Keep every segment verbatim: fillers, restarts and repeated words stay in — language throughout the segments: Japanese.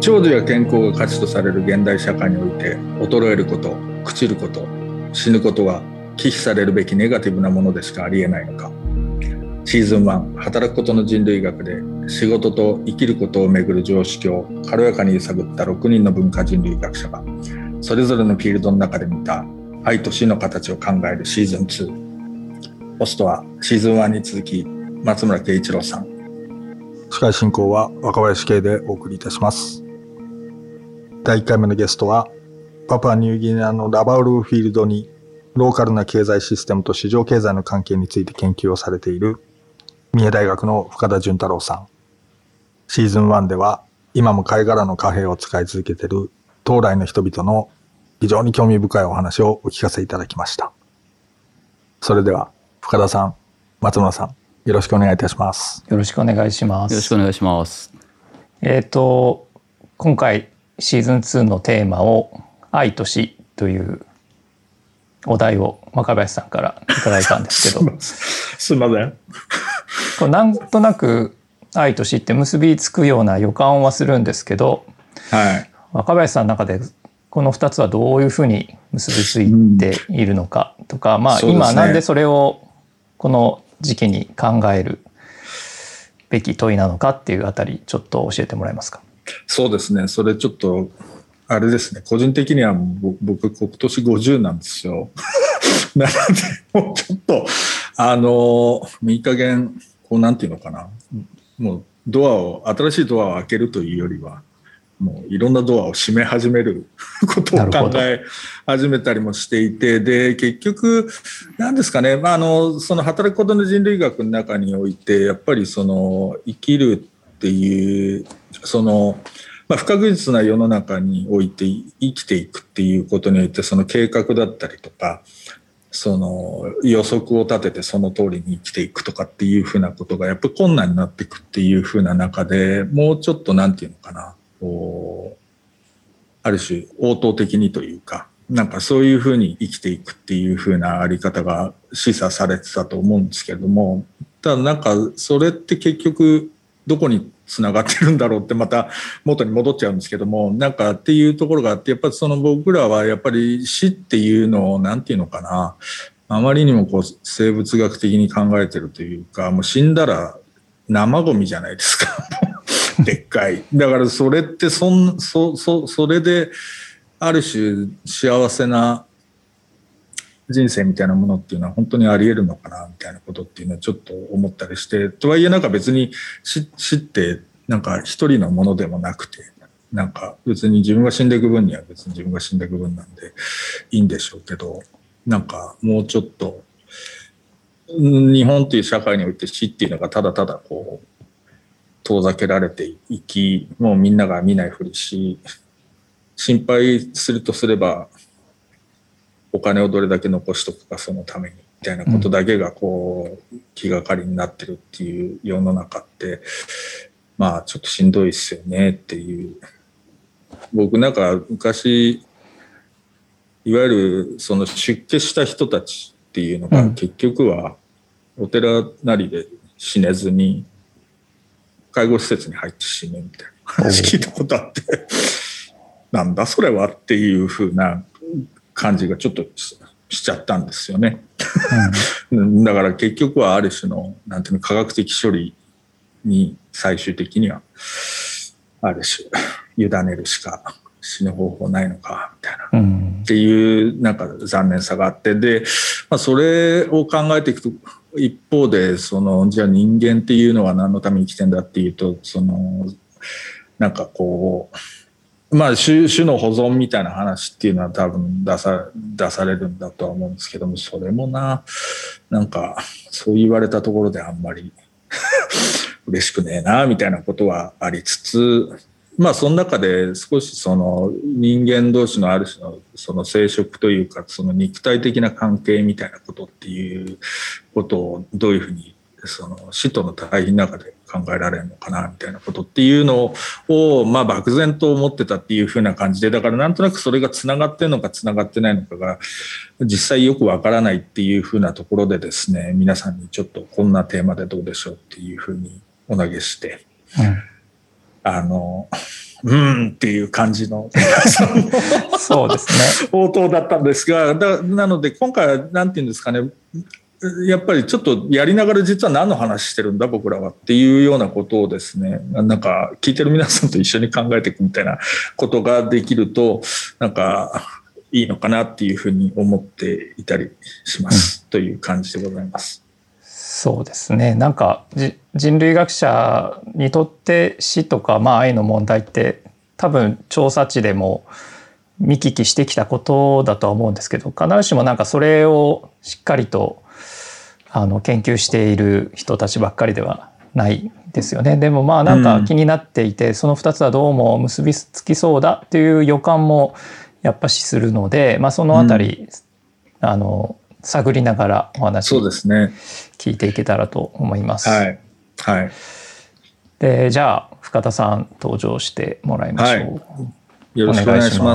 長寿や健康が価値とされる現代社会において、衰えること、朽ちること、死ぬことは忌避されるべきネガティブなものでしかありえないのか。シーズンワン、働くことの人類学で仕事と生きることをめぐる常識を軽やかに揺さぶったろくにんの文化人類学者が、それぞれのフィールドの中で見た愛と死の形を考えるシーズンツー。ホストはシーズンワンに続き松村慶一郎さん。 司会進行は若林圭でお送りいたします。だいいっかいめのゲストは、パプアニューギニアのラバウルフィールドにローカルな経済システムと市場経済の関係について研究をされている三重大学の深田純太郎さん。シーズンワンでは今も貝殻の貨幣を使い続けている東来の人々の非常に興味深いお話をお聞かせいただきました。それでは深田さん、松村さん、よろしくお願いいたします。 よろしくお願いします。 よろしくお願いします。 えっと今回シーズンツーのテーマを愛と死というお題を若林さんからいただいたんですけどすいませんこれなんとなく愛と死って結びつくような予感はするんですけど、 はい、 若林さんの中でこのふたつはどういうふうに結びついているのかとか、うん、まあ今なんでそれをこの時期に考えるべき問いなのかっていうあたりちょっと教えてもらえますか。 そうですね、それちょっとあれですね、個人的には僕今年ごじゅうなんですよなのでもうちょっとあのいい加減こうなんていうのかな、もうドアを新しいドアを開けるというよりはもういろんなドアを閉め始めることを考え始めたりもしていて、で結局何ですかね、まあ、あのその働くことの人類学の中においてやっぱりその生きるっていうその、まあ、不確実な世の中において生きていくっていうことにおいてその計画だったりとかその予測を立ててその通りに生きていくとかっていうふうなことがやっぱり困難になっていくっていうふうな中でもうちょっとなんていうのかな、こうある種応答的にというかなんかそういうふうに生きていくっていうふうなあり方が示唆されてたと思うんですけれども、ただなんかそれって結局どこにつながってるんだろうってまた元に戻っちゃうんですけども、なんかっていうところがあって、やっぱりその僕らはやっぱり死っていうのをなんていうのかな、あまりにもこう生物学的に考えてるというか、もう死んだら生ゴミじゃないですかでっかい。だからそれってそんそそそれである種幸せな人生みたいなものっていうのは本当にあり得るのかなみたいなことっていうのはちょっと思ったりして、とはいえなんか別に死ってなんか一人のものでもなくて、なんか別に自分が死んでいく分には別に自分が死んでいく分なんでいいんでしょうけど、なんかもうちょっと日本という社会において死っていうのがただただこう遠ざけられていき、もうみんなが見ないふりし、心配するとすればお金をどれだけ残しとくかそのためにみたいなことだけがこう気がかりになってるっていう世の中って、まあちょっとしんどいっすよねっていう。僕なんか昔いわゆるその出家した人たちっていうのが結局はお寺なりで死ねずに介護施設に入って死ぬみたいな話聞いたことあってなんだそれはっていう風な感じがちょっとしちゃったんですよね、うん、だから結局はある種のなんていうの科学的処理に最終的にはある種委ねるしか死ぬ方法ないのかみたいな、うん、っていうなんか残念さがあって、で、まあ、それを考えていくと一方でそのじゃあ人間っていうのは何のために生きてんだっていうと、そのなんかこうまあ、種, 種の保存みたいな話っていうのは多分出さ、出されるんだとは思うんですけども、それもな、なんかそう言われたところであんまり嬉しくねえなみたいなことはありつつ、まあその中で少しその人間同士のある種のその生殖というかその肉体的な関係みたいなことっていうことをどういうふうにその死との対比の中で考えられるのかなみたいなことっていうのをまあ漠然と思ってたっていう風な感じで、だからなんとなくそれがつながってるのかつながってないのかが実際よくわからないっていう風なところでですね、皆さんにちょっとこんなテーマでどうでしょうっていう風にお投げして、うん、あのうーんっていう感じのそうですね応答だったんですが、だなので今回は何て言うんですかね、やっぱりちょっとやりながら実は何の話してるんだ僕らはっていうようなことをですね、なんか聞いてる皆さんと一緒に考えていくみたいなことができるとなんかいいのかなっていうふうに思っていたりします、うん、という感じでございます。 そうですね。なんか人類学者にとって死とか、まあ、愛の問題って多分調査地でも見聞きしてきたことだとは思うんですけど、必ずしもなんかそれをしっかりとあの研究している人たちばっかりではないですよね。でもまあなんか気になっていて、うん、そのふたつはどうも結びつきそうだっていう予感もやっぱしするので、まあ、そのあたり、うん、あの探りながらお話聞いていけたらと思います。 はいはい、 でじゃあ深田さん登場してもらいましょう。はい、 よろしくお願いします。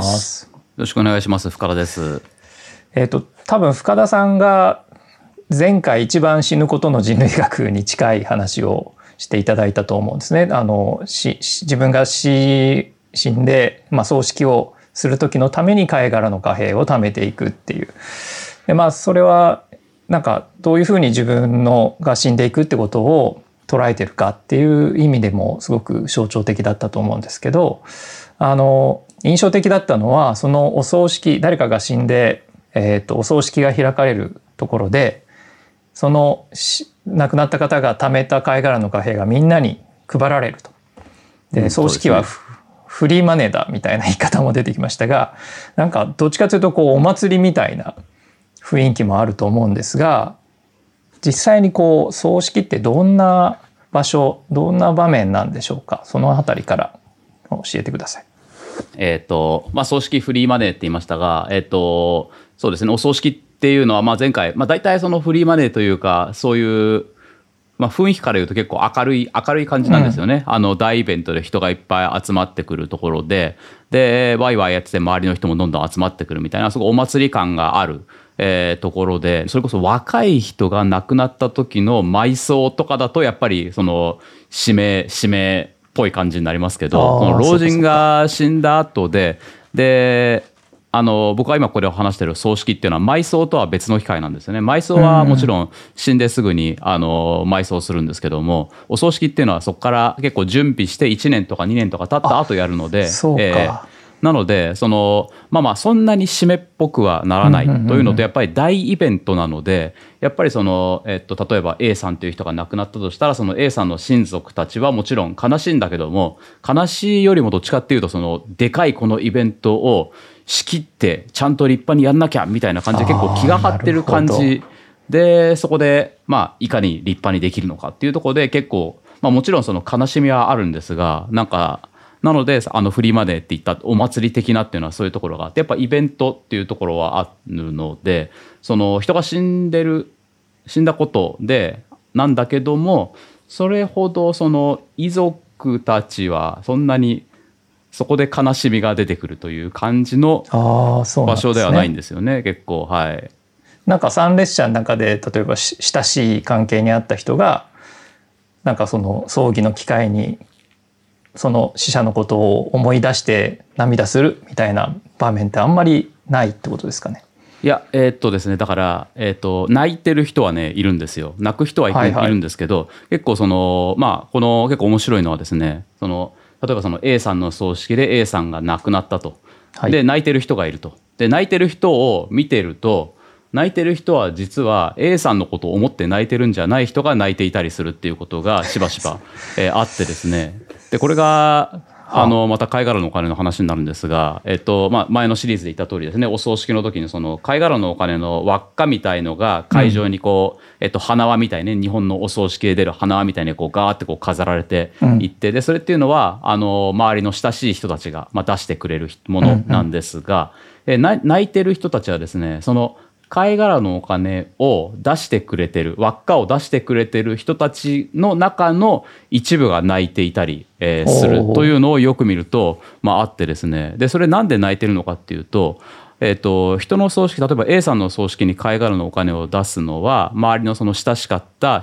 よろしくお願いします。深田です。 えっと多分深田さんが前回一番死ぬことの人類学に近い話をしていただいたと思うんですね。あのし自分が死死んで、まあ、葬式をする時のために貝殻の貨幣を貯めていくっていう。でまあそれはなんかどういうふうに自分のが死んでいくってことを捉えてるかっていう意味でもすごく象徴的だったと思うんですけど、あの印象的だったのはそのお葬式、誰かが死んで、えーと、お葬式が開かれるところでその亡くなった方が貯めた貝殻の貨幣がみんなに配られると。で葬式はフリーマネーだみたいな言い方も出てきましたが、なんかどっちかというとこうお祭りみたいな雰囲気もあると思うんですが、実際にこう葬式ってどんな場所、どんな場面なんでしょうか。そのあたりから教えてください。 えっとまあ葬式フリーマネーって言いましたが、えっとそうですね、お葬式っていうのはまあ前回、まあ、大体そのフリーマネーというかそういうまあ、雰囲気から言うと結構明るい明るい感じなんですよね、うん、あの大イベントで人がいっぱい集まってくるところで、でワイワイやってて周りの人もどんどん集まってくるみたいなすごいお祭り感がある、えー、ところで、それこそ若い人が亡くなった時の埋葬とかだとやっぱりその指名指名っぽい感じになりますけど、この老人が死んだ後でであの僕が今これを話している葬式っていうのは埋葬とは別の機会なんですよね。埋葬はもちろん死んですぐにあの埋葬するんですけども、お葬式っていうのはそこから結構準備していちねんとかにねんとか経った後やるので、 そうか、えー、 なのでそのまあまあそんなに締めっぽくはならないというのと、やっぱり大イベントなのでやっぱりその、えっと、例えば A さんという人が亡くなったとしたら、その A さんの親族たちはもちろん悲しいんだけども、悲しいよりもどっちかっていうとそのでかいこのイベントを仕切ってちゃんと立派にやんなきゃみたいな感じで結構気が張ってる感じで、そこでまあいかに立派にできるのかっていうところで結構、まあ、もちろんその悲しみはあるんですが、なんかなのであのフリーマネーっていったお祭り的なっていうのはそういうところがあって、やっぱイベントっていうところはあるので、その人が死んでる死んだことでなんだけども、それほどその遺族たちはそんなにそこで悲しみが出てくるという感じの場所ではないんですよね、結構。はい。 なんか参列者の中で例えば親しい関係にあった人がなんかその葬儀の機会にその死者のことを思い出して涙するみたいな場面ってあんまりないってことですかね。 いや、えー、っとですねだから、えー、っと泣いてる人はねいるんですよ。泣く人はい、はいはい、いるんですけど、結構そのまあこの結構面白いのはですね、その例えばその A さんの葬式で A さんが亡くなったと、はい、で泣いてる人がいると。で泣いてる人を見てると、泣いてる人は実は A さんのことを思って泣いてるんじゃない人が泣いていたりするっていうことがしばしば、えー、あってですね。でこれがあのまた貝殻のお金の話になるんですが、えっとまあ、前のシリーズで言った通りですね、お葬式の時にその貝殻のお金の輪っかみたいのが会場にこう、うんえっと、花輪みたいね、日本のお葬式で出る花輪みたいにこうガーってこう飾られていって、うん、でそれっていうのはあの周りの親しい人たちが、まあ、出してくれるものなんですが、うんうん、え泣いてる人たちはですね、その貝殻のお金を出してくれてる輪っかを出してくれてる人たちの中の一部が泣いていたり、えー、するというのをよく見ると、まあ、あってですね。でそれなんで泣いてるのかっていうと、えー、と人の葬式、例えば A さんの葬式に貝殻のお金を出すのは周りのその親しかった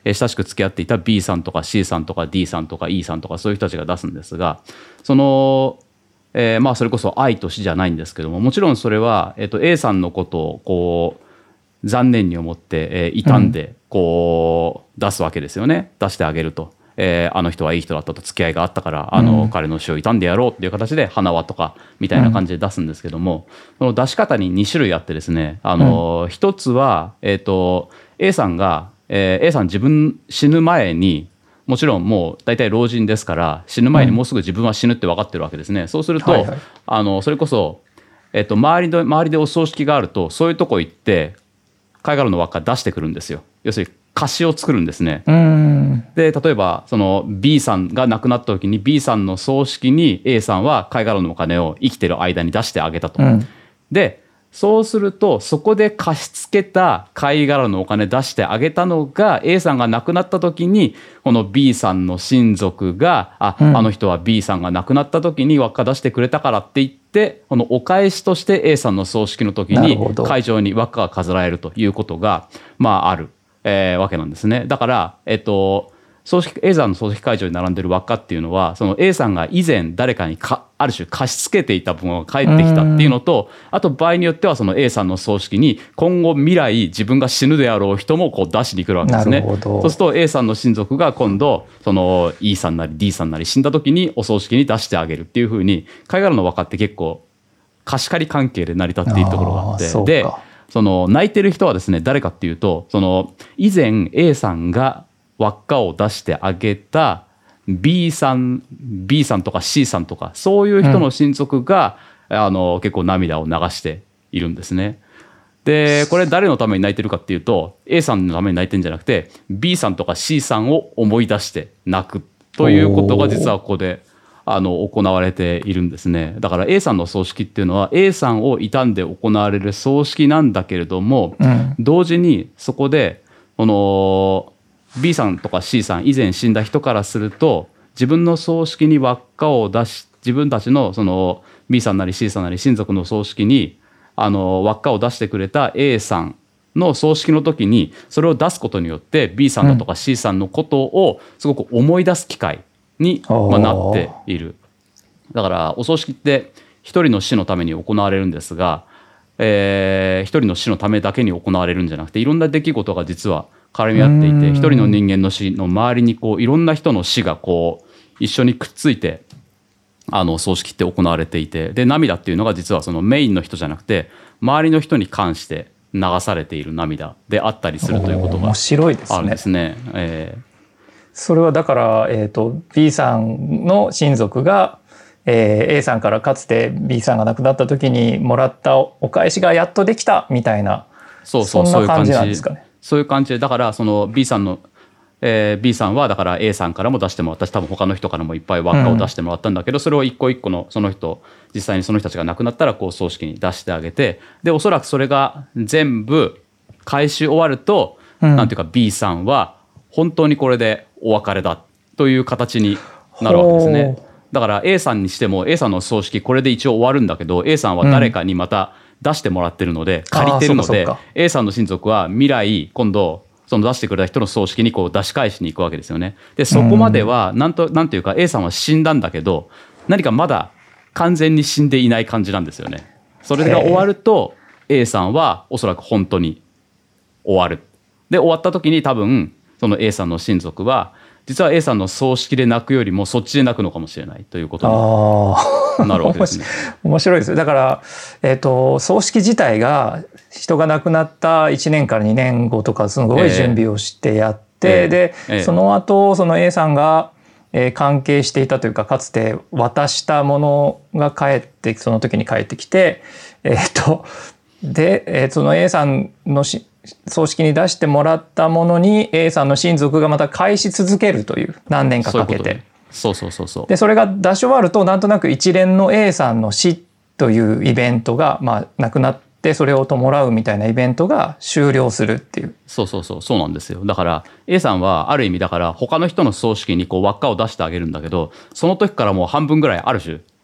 えー、親しく付き合っていた B さんとか C さんとか D さんとか E さんとかそういう人たちが出すんですが、その、えー、まあそれこそ愛と死じゃないんですけども、もちろんそれは、えー、と A さんのことをこう残念に思って、えー、傷んでこう出すわけですよね。出してあげると。えー、あの人はいい人だったと、付き合いがあったからあの、うん、彼の死を悼んでやろうっていう形で花輪とかみたいな感じで出すんですけども、うん、その出し方にに種類あってですね、あの、うん、一つは、えーと、A さんが、えー、A さん自分死ぬ前にもちろんもう大体老人ですから死ぬ前にもうすぐ自分は死ぬって分かってるわけですね、うん、そうすると、はいはい、あのそれこそ、えーと、周りの周りでお葬式があるとそういうとこ行って貝殻の輪っか出してくるんですよ。要するに歌詞を作るんですね。うんで例えばその B さんが亡くなった時に B さんの葬式に A さんは貝殻のお金を生きてる間に出してあげたと、うん、でそうするとそこで貸し付けた貝殻のお金出してあげたのが A さんが亡くなった時にこの B さんの親族があ、うん、あの人は B さんが亡くなった時に輪っか出してくれたからって言ってこのお返しとして A さんの葬式の時に会場に輪っかが飾られるということがまあある。えー、わけなんですね。だから、えっと、葬式 A さんの葬式会場に並んでる輪っかっていうのはその A さんが以前誰かにかある種貸し付けていた分が返ってきたっていうのと、あと場合によってはその A さんの葬式に今後未来自分が死ぬであろう人もこう出しに来るわけですね。そうすると A さんの親族が今度その E さんなり D さんなり死んだ時にお葬式に出してあげるっていうふうに貝殻の輪っかって結構貸し借り関係で成り立っているところがあって、でその泣いてる人はですね誰かっていうとその以前 A さんが輪っかを出してあげた B さん B さんとか C さんとかそういう人の親族が、うん、あの結構涙を流しているんですね。でこれ誰のために泣いてるかっていうと A さんのために泣いてるんじゃなくて B さんとか C さんを思い出して泣くということが実はここであの行われているんですね。だから A さんの葬式っていうのは A さんを悼んで行われる葬式なんだけれども、うん、同時にそこでこの B さんとか C さん以前死んだ人からすると自分の葬式に輪っかを出し自分たちのその B さんなり C さんなり親族の葬式にあの輪っかを出してくれた A さんの葬式の時にそれを出すことによって B さんだとか C さんのことをすごく思い出す機会に、まあ、なっている。だからお葬式って一人の死のために行われるんですが、えー、一人の死のためだけに行われるんじゃなくていろんな出来事が実は絡み合っていて一人の人間の死の周りにこういろんな人の死がこう一緒にくっついてあの葬式って行われていて、で涙っていうのが実はそのメインの人じゃなくて周りの人に関して流されている涙であったりするということがあるんですね。えーそれはだから、えーと、B さんの親族が、えー、A さんからかつて B さんが亡くなった時にもらったお返しがやっとできたみたいな、 そうそう、 そんな感じなんですかね。 そういう感じで、だからその B さんの、えー、B さんはだから A さんからも出してもらったし多分他の人からもいっぱい輪っかを出してもらったんだけど、うん、それを一個一個のその人実際にその人たちが亡くなったらこう葬式に出してあげて、でおそらくそれが全部返し終わると、うん、なんていうか B さんは本当にこれでお別れだという形になるわけですね。だから A さんにしても A さんの葬式これで一応終わるんだけど A さんは誰かにまた出してもらってるので、うん、借りてるので A さんの親族は未来今度その出してくれた人の葬式にこう出し返しに行くわけですよね。でそこまではなんとなんていうか A さんは死んだんだけど何かまだ完全に死んでいない感じなんですよね。それが終わると A さんはおそらく本当に終わる。で終わった時に多分その A さんの親族は実は A さんの葬式で泣くよりもそっちで泣くのかもしれないということになるわけですね。 面白いです。だから、えーと、葬式自体が人が亡くなったいちねんからにねんごとかすごい準備をしてやって、えー、で、えー、その後その A さんが関係していたというかかつて渡したものが帰ってその時に帰ってきて、えーと、でその A さんのし葬式に出してもらったものに A さんの親族がまた返し続けるという何年かかけて、 そうそうそうそう。 でそれが出し終わるとなんとなく一連の A さんの死というイベントがまあなくなってそれを弔うみたいなイベントが終了するっていう。 そうそうそうそうなんですよ。だから A さんはある意味だから他の人の葬式にこう輪っかを出してあげるんだけどその時からもう半分ぐらいある種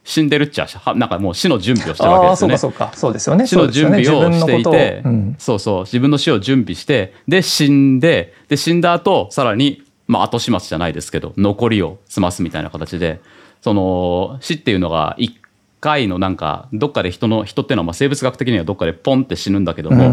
死んでるっちゃなんかもう死の準備をしてるわけですよね。 あそうかそうかそうですよね。 死の準備をしていて、 うん、 そうそう自分の死を準備してで死んでで死んだ後さらにまあ後始末じゃないですけど残りを済ますみたいな形でその死っていうのが一回のなんかどっかで人の人っていうのはまあ生物学的にはどっかでポンって死ぬんだけども、うん、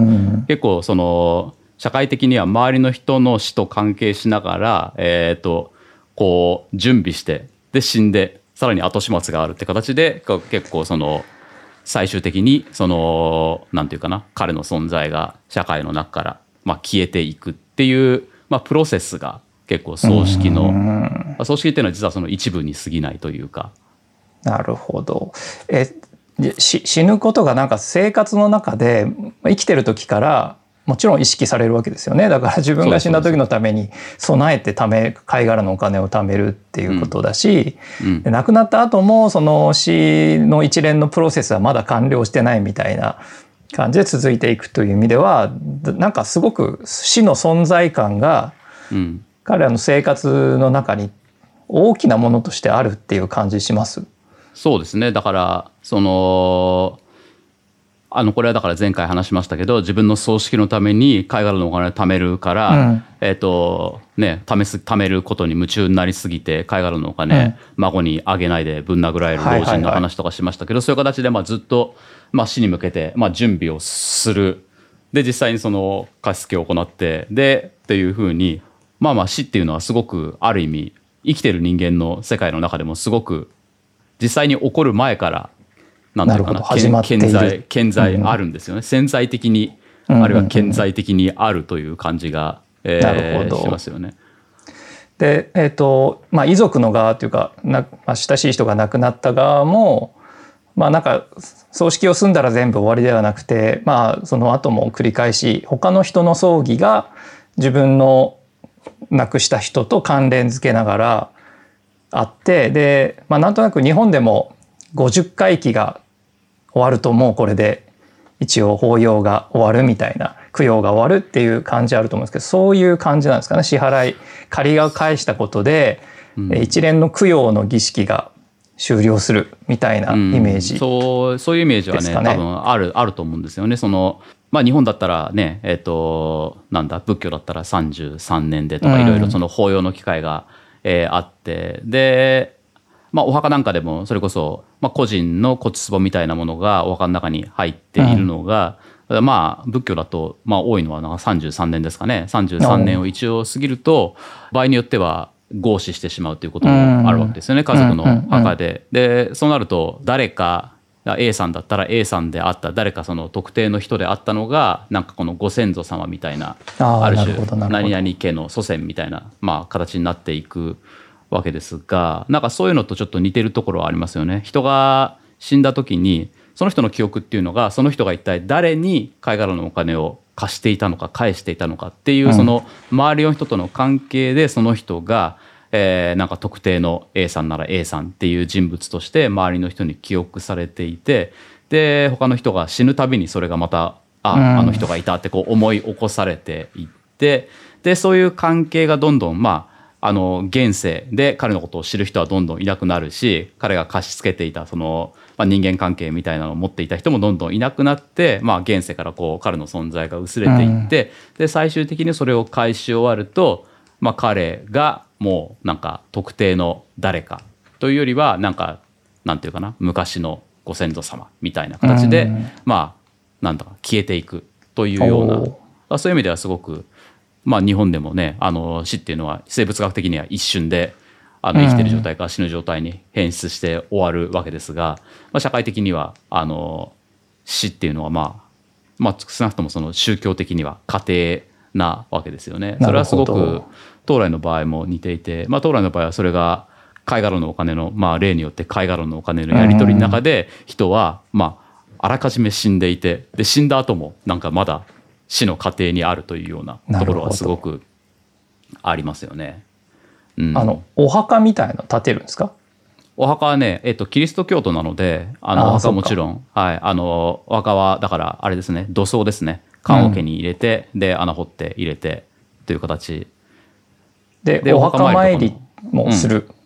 結構その社会的には周りの人の死と関係しながらえっとこう準備してで死んでさらに後始末があるって形で結構その最終的にそのなんていうかな彼の存在が社会の中からまあ消えていくっていうまあプロセスが結構葬式の葬式っていうのは実はその一部に過ぎないというか。 なるほど。えし死ぬことがなんか生活の中で生きてる時からもちろん意識されるわけですよね。だから自分が死んだ時のために備えてため貝殻のお金を貯めるっていうことだし、うんうん、亡くなった後もその死の一連のプロセスはまだ完了してないみたいな感じで続いていくという意味ではなんかすごく死の存在感が彼らの生活の中に大きなものとしてあるっていう感じします。 そうですね。だからそのあのこれはだから前回話しましたけど自分の葬式のために貝殻のお金を貯めるから、うんえーとね、貯めす貯めることに夢中になりすぎて貝殻のお金、うん、孫にあげないでぶん殴られる老人の話とかしましたけど、はいはいはい、そういう形でまあずっと、まあ、死に向けて、まあ、準備をするで実際にその貸し付けを行ってでっていうふうに、まあ、まあ死っていうのはすごくある意味生きてる人間の世界の中でもすごく実際に起こる前からなんていうかな顕在顕在あるんですよね、うん、潜在的に、うんうんうん、あるいは顕在的にあるという感じが、えー、なるほどしますよね。 で、えーとまあ、遺族の側というかな、まあ、親しい人が亡くなった側も、まあ、なんか葬式を済んだら全部終わりではなくて、まあ、その後も繰り返し他の人の葬儀が自分の亡くした人と関連付けながらあってで、まあ、なんとなく日本でもごじゅっかい忌が終わるともうこれで一応法要が終わるみたいな供養が終わるっていう感じあると思うんですけどそういう感じなんですかね。支払い借りが返したことで、うん、一連の供養の儀式が終了するみたいなイメージ、 うん、そう、そういうイメージはね多分ある、あると思うんですよね。そのまあ、日本だったらね、えーと、なんだ仏教だったらさんじゅうさんねんでとかいろいろその法要の機会が、えー、あってでまあ、お墓なんかでもそれこそ、まあ、個人の骨壺みたいなものがお墓の中に入っているのが、うん、まあ仏教だと、まあ、多いのはなんかさんじゅうさんねんですかね。さんじゅうさんねんを一応過ぎると場合によっては合死してしまうということもあるわけですよね、うん、家族の墓で。でそうなると誰か A さんだったら A さんであった誰かその特定の人であったのがなんかこのご先祖様みたいな あ, ある種何々家の祖先みたいな、まあ、形になっていくわけですがなんかそういうのとちょっと似てるところはありますよね。人が死んだ時にその人の記憶っていうのがその人が一体誰に貝殻のお金を貸していたのか返していたのかっていうその周りの人との関係でその人がえーなんか特定の A さんなら A さんっていう人物として周りの人に記憶されていてで他の人が死ぬたびにそれがまたああの人がいたってこう思い起こされていってでそういう関係がどんどんまああの現世で彼のことを知る人はどんどんいなくなるし彼が貸し付けていたその、まあ、人間関係みたいなのを持っていた人もどんどんいなくなって、まあ、現世からこう彼の存在が薄れていって、うん、で最終的にそれを返し終わると、まあ、彼がもうなんか特定の誰かというよりはなんかなんていうかな昔のご先祖様みたいな形で、うん、まあなんだか消えていくというようなそういう意味ではすごくまあ、日本でもねあの死っていうのは生物学的には一瞬であの生きてる状態から死ぬ状態に変質して終わるわけですが、まあ、社会的にはあの死っていうのは、まあ、まあ少なくともその宗教的には過程なわけですよね。それはすごく当来の場合も似ていて、まあ、当来の場合はそれが貝殻のお金の、まあ、例によって貝殻のお金のやり取りの中で人は、まあ、あらかじめ死んでいてで死んだ後もなんかまだ死の過程にあるというようなところはすごくありますよね。うん、 あのお墓みたいなの建てるんですか？ お墓はね、えっと、キリスト教徒なのであのお墓はもちろん、はい、あのお墓はだからあれですね土葬ですね棺桶に入れて、うん、で穴掘って入れてという形で、でお墓参りもする、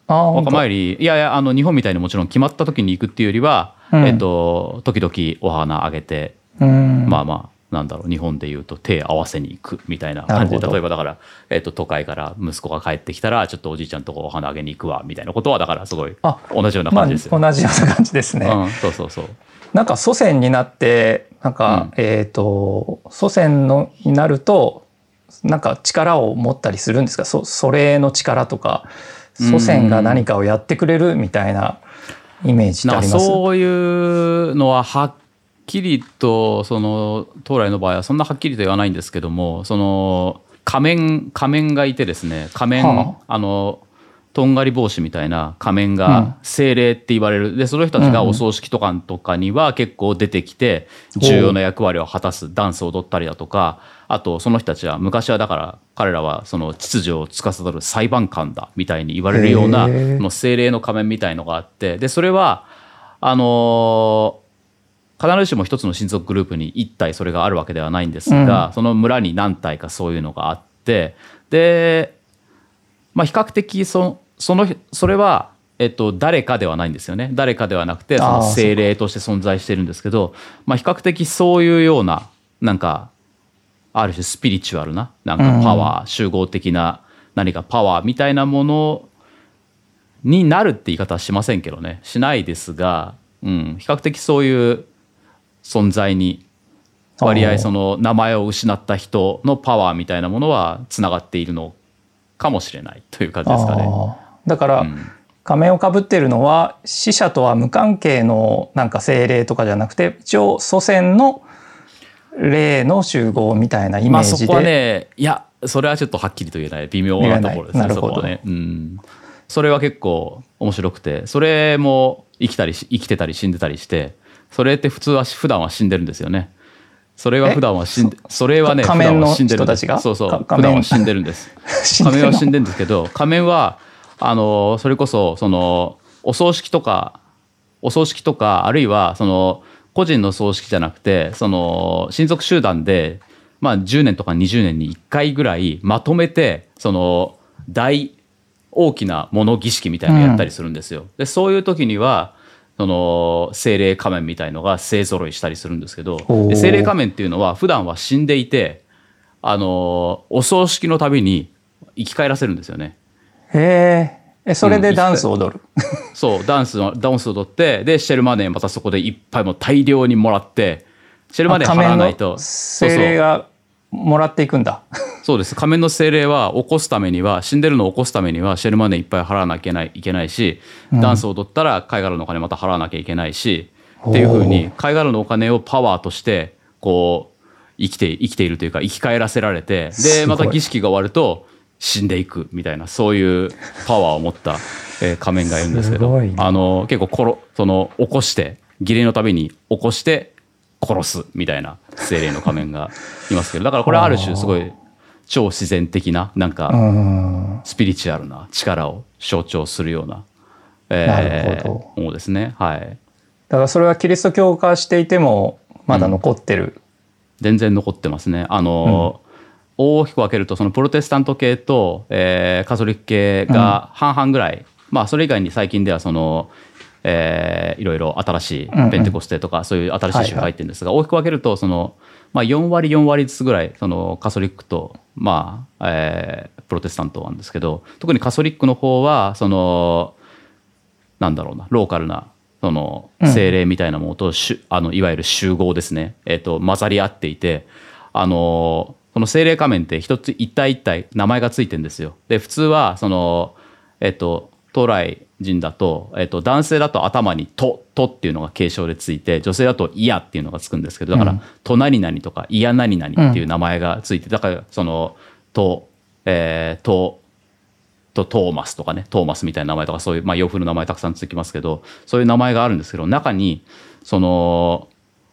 お墓参りいやいやあの日本みたいにもちろん決まった時に行くっていうよりは、うんえっと、時々お花あげて、うん、まあまあなんだろう日本でいうと手合わせに行くみたいな感じで例えばだから、えっと、都会から息子が帰ってきたらちょっとおじいちゃんとこお花あげに行くわみたいなことはだからすごい同じような感じですよ、 まあ、同じような感じですね、 うん、そうそうそうなんか祖先になってなんか、うん、えっと祖先のになるとなんか力を持ったりするんですか？そ祖霊の力とか祖先が何かをやってくれるみたいなイメージってあります？ そういうのははっきりとその当来の場合はそんなはっきりと言わないんですけどもその仮面仮面がいてですね仮面、はあ、あのとんがり帽子みたいな仮面が精霊って言われる、うん、でその人たちがお葬式とかとかには結構出てきて重要な役割を果たすダンスを踊ったりだとかあとその人たちは昔はだから彼らはその秩序を司る裁判官だみたいに言われるようなの精霊の仮面みたいのがあってでそれはあの必ずしも一つの親族グループに一体それがあるわけではないんですが、うん、その村に何体かそういうのがあってで、まあ、比較的そそのそれは、えっと、誰かではないんですよね誰かではなくてその精霊として存在してるんですけどまあ、比較的そういうようななんかある種スピリチュアルななんかパワー、うん、集合的な何かパワーみたいなものになるって言い方はしませんけどねしないですが、うん、比較的そういう存在に割合その名前を失った人のパワーみたいなものはつながっているのかもしれないという感じですかね。 だから、うん、仮面をかぶっているのは死者とは無関係のなんか精霊とかじゃなくて一応祖先の霊の集合みたいなイメージで、まあ、 そこはねいやそれはちょっとはっきりと言えない微妙なところですね。 なるほど。 そこはね、うん、それは結構面白くてそれも生きたり生きてたり死んでたりしてそれって普通は普段は死んでるんですよね。それは普段は死んで そ, それはね仮面の人たちがそうそう普段は死んでるんです仮面は死んでるんですけど仮面はあのそれこそそのお葬式とかお葬式とかあるいはその個人の葬式じゃなくてその親族集団で、まあ、じゅうねんとかにじゅうねんにいっかいぐらいまとめてその大大きな物儀式みたいなのやったりするんですよ、うん、でそういう時にはその精霊仮面みたいのが勢ぞろいしたりするんですけどで精霊仮面っていうのは普段は死んでいてあのお葬式のたびに生き返らせるんですよね。 へえそれでダンスを踊る、 うん、そうダンスダンスを踊ってでシェルマネーまたそこでいっぱいも大量にもらってシェルマネー払わないと精霊がもらっていくんだ。 そうです仮面の精霊は起こすためには死んでるのを起こすためにはシェルマネーいっぱい払わなきゃいけない、いけないし、うん、ダンスを踊ったら貝殻のお金また払わなきゃいけないしっていう風に貝殻のお金をパワーとしてこう生きて生きているというか生き返らせられてでまた儀式が終わると死んでいくみたいなそういうパワーを持った、えー、仮面がいるんですけどあの結構ころその起こして儀礼のたびに起こして殺すみたいな精霊の仮面がいますけどだからこれはある種すごい超自然的ななんかスピリチュアルな力を象徴するような、えー、なるほどものですね。はい。だからそれはキリスト教化していてもまだ残ってる、うん、 全然残ってますね。あの、うん、大きく分けるとそのプロテスタント系と、えー、カトリック系が半々ぐらい、うん、まあそれ以外に最近ではそのえー、いろいろ新しいペンテコステとかそういう新しい宗が入ってるんですが、大きく分けるとその、まあ、よんわりよんわりずつぐらいそのカトリックと、まあえー、プロテスタントなんですけど特にカトリックの方はそのなんだろうなローカルなその精霊みたいなものと、うん、あのいわゆる集合ですね、えー、と混ざり合っていてあのその精霊仮面って一つ一体一体名前がついてるんですよ。で普通はそのえっ、ー、と東来人だと、えっと、男性だと頭にと「と」っていうのが継承でついて女性だと「いや」っていうのがつくんですけどだから「と何々」とか「いや何々」っていう名前がついてだからその「と」えー「と」とトーマスとかねトーマスみたいな名前とかそういう、まあ、洋風の名前たくさんつきますけどそういう名前があるんですけど中にその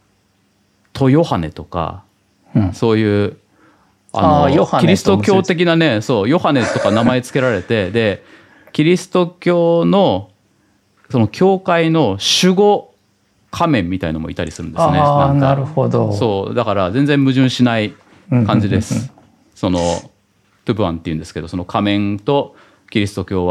「とヨハネ」とか、うん、そういうあのキリスト教的なねそうヨハネとか名前つけられてでキリスト教のその教会の守護仮面みたいのもいたりするんですね。 ああ、なるほど。 そうだから全然矛盾しない感じです。そのトゥブアンっていうんですけどその仮面とキリスト教は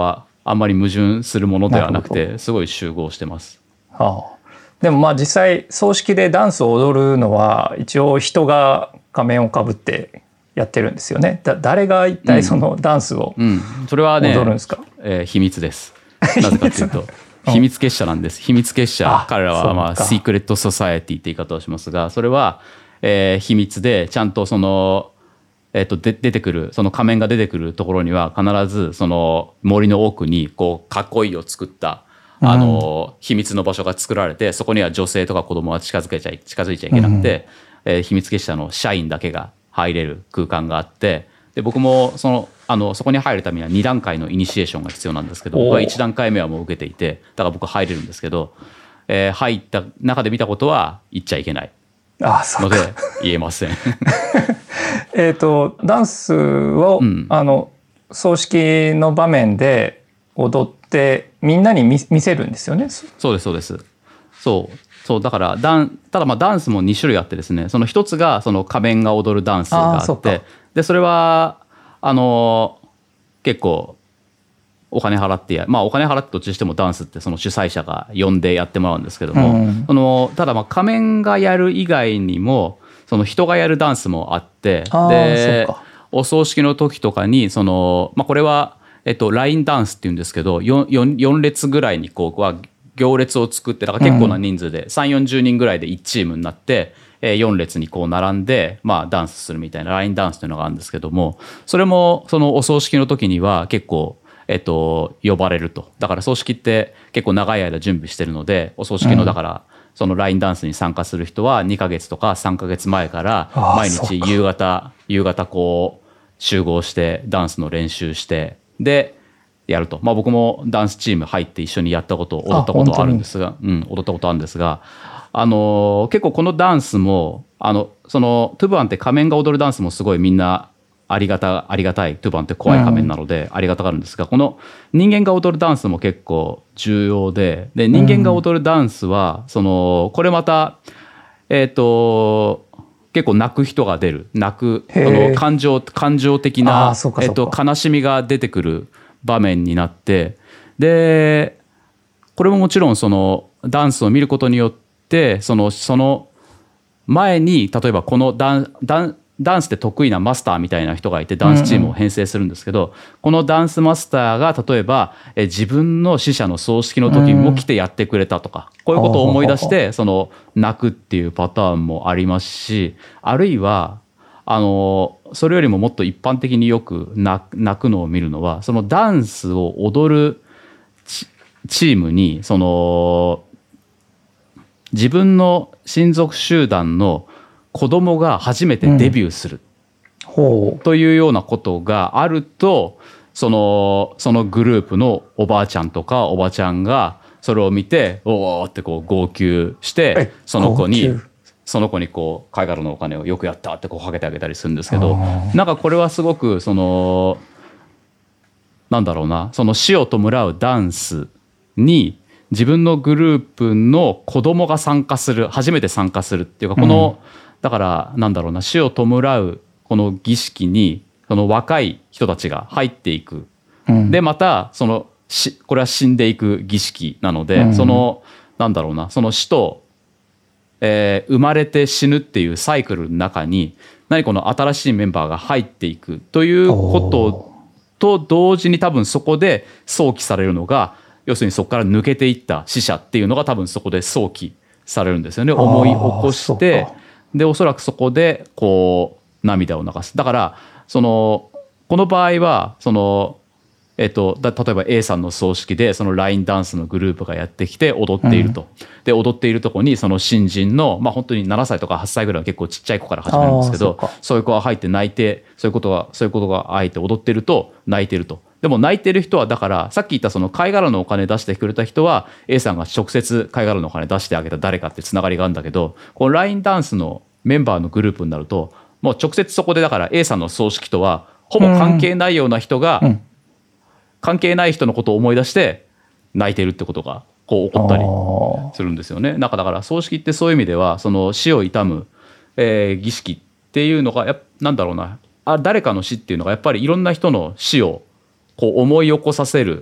あんまり矛盾するものではなくてすごい集合してます。 はあ、でもまあ実際葬式でダンスを踊るのは一応人が仮面をかぶってやってるんですよね。だ誰が一体そのダンスを踊るんですか？ うんうん、それはね、えー、秘密です。なぜかというと秘密結社なんです。秘密結社、彼らはまあシークレットソサエティって言い方をしますが、それは、えー、秘密でちゃんとそのえー、とで出てくるその仮面が出てくるところには必ずその森の奥にこう囲いを作ったあの、うん、秘密の場所が作られて、そこには女性とか子供は近づけちゃい近づいちゃいけなくて、うんえー、秘密結社の社員だけが入れる空間があって、で僕もそのあのそこに入るためにはに段階のイニシエーションが必要なんですけど、僕はいち段階目はもう受けていて、だから僕入れるんですけど、えー、入った中で見たことは言っちゃいけないので言えません。 えーとダンスを、うん、あの葬式の場面で踊ってみんなに 見, 見せるんですよね。 そうですそうです。そうそうだからダンただまあダンスもに種類あってですね、その一つがその仮面が踊るダンスがあって、そでそれはあの結構お金払ってやまあお金払ってどっちにしてもダンスってその主催者が呼んでやってもらうんですけども、うん、そのただまあ仮面がやる以外にもその人がやるダンスもあって、でお葬式の時とかにその、まあ、これは、えっと、ラインダンスっていうんですけど 4, 4, 4列ぐらいにこうは行列を作って、だから結構な人数で、うん、さんじゅうよんじゅうにんぐらいでいちチームになって、えー、よん列にこう並んで、まあ、ダンスするみたいなラインダンスというのがあるんですけども、それもそのお葬式の時には結構、えっと、呼ばれると。だから葬式って結構長い間準備してるので、お葬式のだから、うんそのラインダンスに参加する人はにかげつとかさんかげつまえから毎日夕方夕方こう集合してダンスの練習してでやると、まあ、僕もダンスチーム入って一緒にやったこと踊ったことあるんですが、うん、踊ったことあるんですが、あの結構このダンスもあのそのトゥバンって仮面が踊るダンスもすごいみんなありがたありがたい。トゥバンって怖い仮面なのでありがたがるんですが、うん、この人間が踊るダンスも結構重要で、で人間が踊るダンスはそのこれまたえっと結構泣く人が出る泣くその感情感情的なえっと悲しみが出てくる場面になって、でこれももちろんそのダンスを見ることによってそのその前に例えばこのダンダンダンスで得意なマスターみたいな人がいてダンスチームを編成するんですけど、うんうん、このダンスマスターが例えばえ自分の死者の葬式の時にも来てやってくれたとか、うん、こういうことを思い出してその泣くっていうパターンもありますし、あるいはあのそれよりももっと一般的によく泣くのを見るのは、そのダンスを踊るチームにその自分の親族集団の子供が初めてデビューする、うん、というようなことがあると、そのそのグループのおばあちゃんとかおばちゃんがそれを見ておーってこう号泣してその子にその子にこう貝殻のお金をよくやったってこうかけてあげたりするんですけど、なんかこれはすごくそのなんだろうな、その死を弔うダンスに自分のグループの子供が参加する初めて参加するっていうか、この、うんだからなんだろうな、死を弔うこの儀式にその若い人たちが入っていく、うん、でまたそのしこれは死んでいく儀式なので、うん、そのなんだろうな、その死と、えー、生まれて死ぬっていうサイクルの中に何この新しいメンバーが入っていくということと同時に、多分そこで想起されるのが、要するにそこから抜けていった死者っていうのが多分そこで想起されるんですよね。思い起こしてでおそらくそこでこう涙を流す。だからそのこの場合はその、えっと、だ例えば A さんの葬式でそのラインダンスのグループがやってきて踊っていると、うん、で踊っているとこにその新人の、まあ、本当にななさいとかはっさいぐらいは結構ちっちゃい子から始めるんですけど、そうそういう子が入って泣いてそういうことがそういうことがあえて踊ってると泣いてると。でも泣いてる人はだからさっき言ったその貝殻のお金出してくれた人は A さんが直接貝殻のお金出してあげた誰かってつながりがあるんだけど、このラインダンスのメンバーのグループになるともう直接そこでだから A さんの葬式とはほぼ関係ないような人が、うん、関係ない人のことを思い出して泣いてるってことがこう起こったりするんですよね。なんかだから葬式ってそういう意味ではその死を悼む、えー、儀式っていうのがやなんだろうなあ誰かの死っていうのがやっぱりいろんな人の死をこう思い起こさせる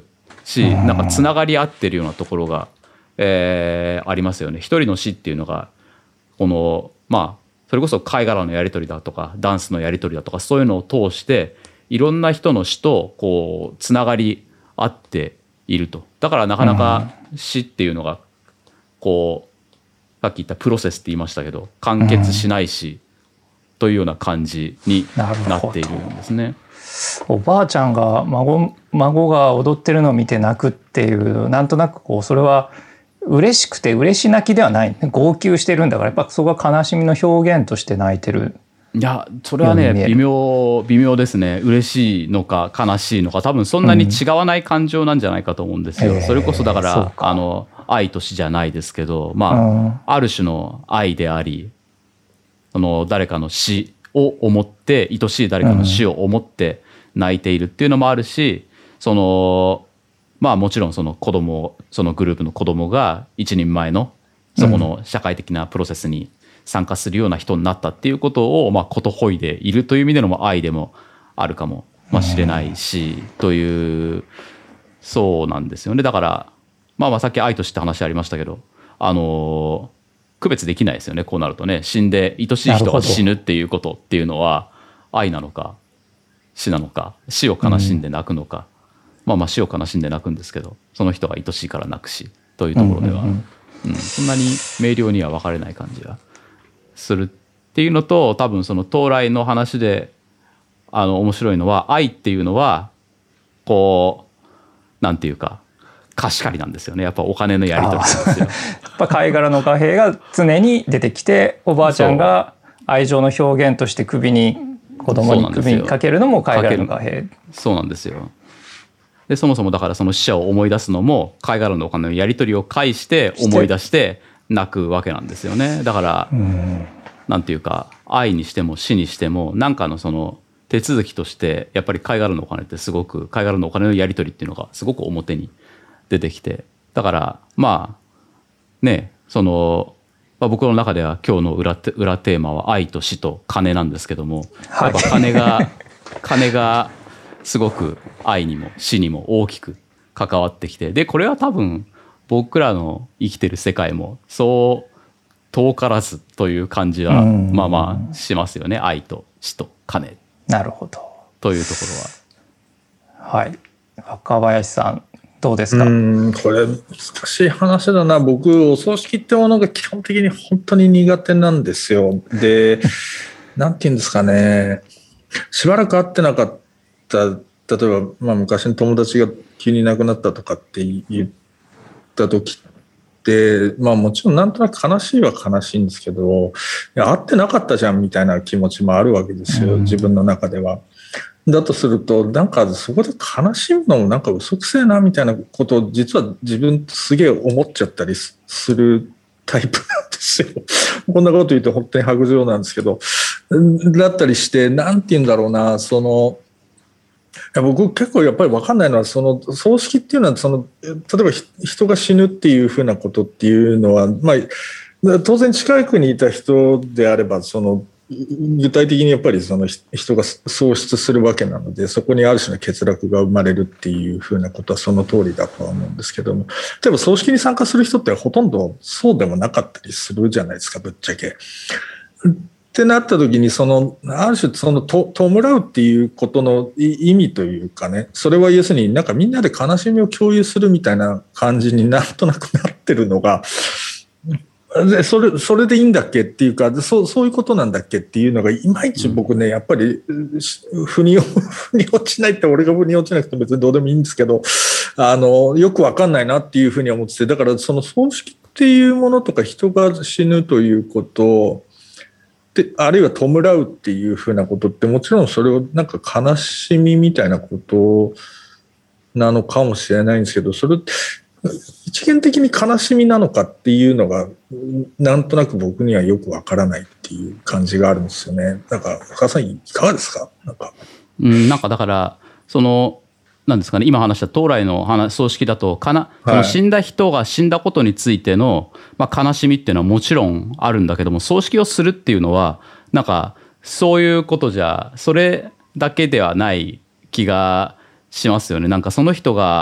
し、なんかつながり合ってるようなところが、えー、ありますよね。一人の死っていうのがこのまあそれこそ貝殻のやり取りだとかダンスのやり取りだとかそういうのを通していろんな人の死とこうつながり合っていると。だからなかなか死っていうのがこうさっき言ったプロセスって言いましたけど完結しないし、というような感じになっているんですね。 おばあちゃんが 孫, 孫が踊ってるのを見て泣くっていうなんとなくこうそれは嬉しくて嬉し泣きではない、号泣してるんだからやっぱそこが悲しみの表現として泣いてる。 いやそれはね微妙微妙ですね。嬉しいのか悲しいのか多分そんなに違わない感情なんじゃないかと思うんですよ、うん、それこそだから、かあの愛と死じゃないですけどまあ、うん、ある種の愛でありその誰かの死を思って愛しい誰かの死を思って泣いているっていうのもあるし、そのまあもちろんその子供そのグループの子供が一人前のそこの社会的なプロセスに参加するような人になったっていうことをまあことほいでいるという意味でのも愛でもあるかもしれないしというそうなんですよね。だからまあまあさっき愛と死って話ありましたけどあの区別できないですよね。こうなるとね死んで愛しい人が死ぬっていうことっていうのは愛なのか死なのか死を悲しんで泣くのか、うん、まあまあ死を悲しんで泣くんですけどその人が愛しいから泣くしというところでは、うんうんうんうん、そんなに明瞭には分かれない感じがするっていうのと多分その到来の話であの面白いのは愛っていうのはこうなんていうか貸し借りなんですよね。やっぱお金のやり取りなんですよ。やっぱ貝殻の貨幣が常に出てきておばあちゃんが愛情の表現として首に子供に首にかけるのも貝殻の貨幣。 そうなんですよ。でそもそもだからその死者を思い出すのも貝殻のお金のやり取りを介して思い出して泣くわけなんですよね。だからなんていうか愛にしても死にしても何かのその手続きとしてやっぱり貝殻のお金ってすごく貝殻のお金のやり取りっていうのがすごく表に出てきてだからまあねその、まあ、僕の中では今日の 裏, 裏テーマは愛と死と金なんですけども、はい、やっぱ金が金がすごく愛にも死にも大きく関わってきてでこれは多分僕らの生きてる世界もそう遠からずという感じはまあまあしますよね。愛と死と金なるほどというところははい若林さんどうですか。 うんこれ難しい話だな。僕お葬式ってものが基本的に本当に苦手なんですよ。でなんていうんですかねしばらく会ってなかった例えば、まあ、昔の友達が急に亡くなったとかって言った時ってまあもちろんなんとなく悲しいは悲しいんですけどいや会ってなかったじゃんみたいな気持ちもあるわけですよ、うん、自分の中では。だとするとなんかそこで悲しむのもなんか嘘くせえなみたいなことを実は自分すげえ思っちゃったりするタイプなんですよ。こんなこと言うと本当に白状なんですけどだったりしてなんて言うんだろうなそのいや僕結構やっぱり分かんないのはその葬式っていうのはその例えば人が死ぬっていうふうなことっていうのは、まあ、当然近くにいた人であればその具体的にやっぱりその人が喪失するわけなのでそこにある種の欠落が生まれるっていうふうなことはその通りだとは思うんですけども例えば葬式に参加する人ってほとんどそうでもなかったりするじゃないですかぶっちゃけ。ってなった時にそのある種そのと弔うっていうことの意味というかねそれは要するになんかみんなで悲しみを共有するみたいな感じになんとなくなってるのがでそれそれでいいんだっけっていうかそうそういうことなんだっけっていうのがいまいち僕ねやっぱり腑に腑に落ちないって俺が腑に落ちなくて別にどうでもいいんですけどあのよく分かんないなっていうふうに思っててだからその葬式っていうものとか人が死ぬということであるいは弔うっていうふうなことってもちろんそれをなんか悲しみみたいなことなのかもしれないんですけどそれ一元的に悲しみなのかっていうのがなんとなく僕にはよくわからないっていう感じがあるんですよね。なんか深さんいかがですか。なんか、 うん、なんかだからそのなんですかね今話した到来の話葬式だとかな、はい、その死んだ人が死んだことについての、まあ、悲しみっていうのはもちろんあるんだけども葬式をするっていうのはなんかそういうことじゃそれだけではない気がしますよね。なんかその人が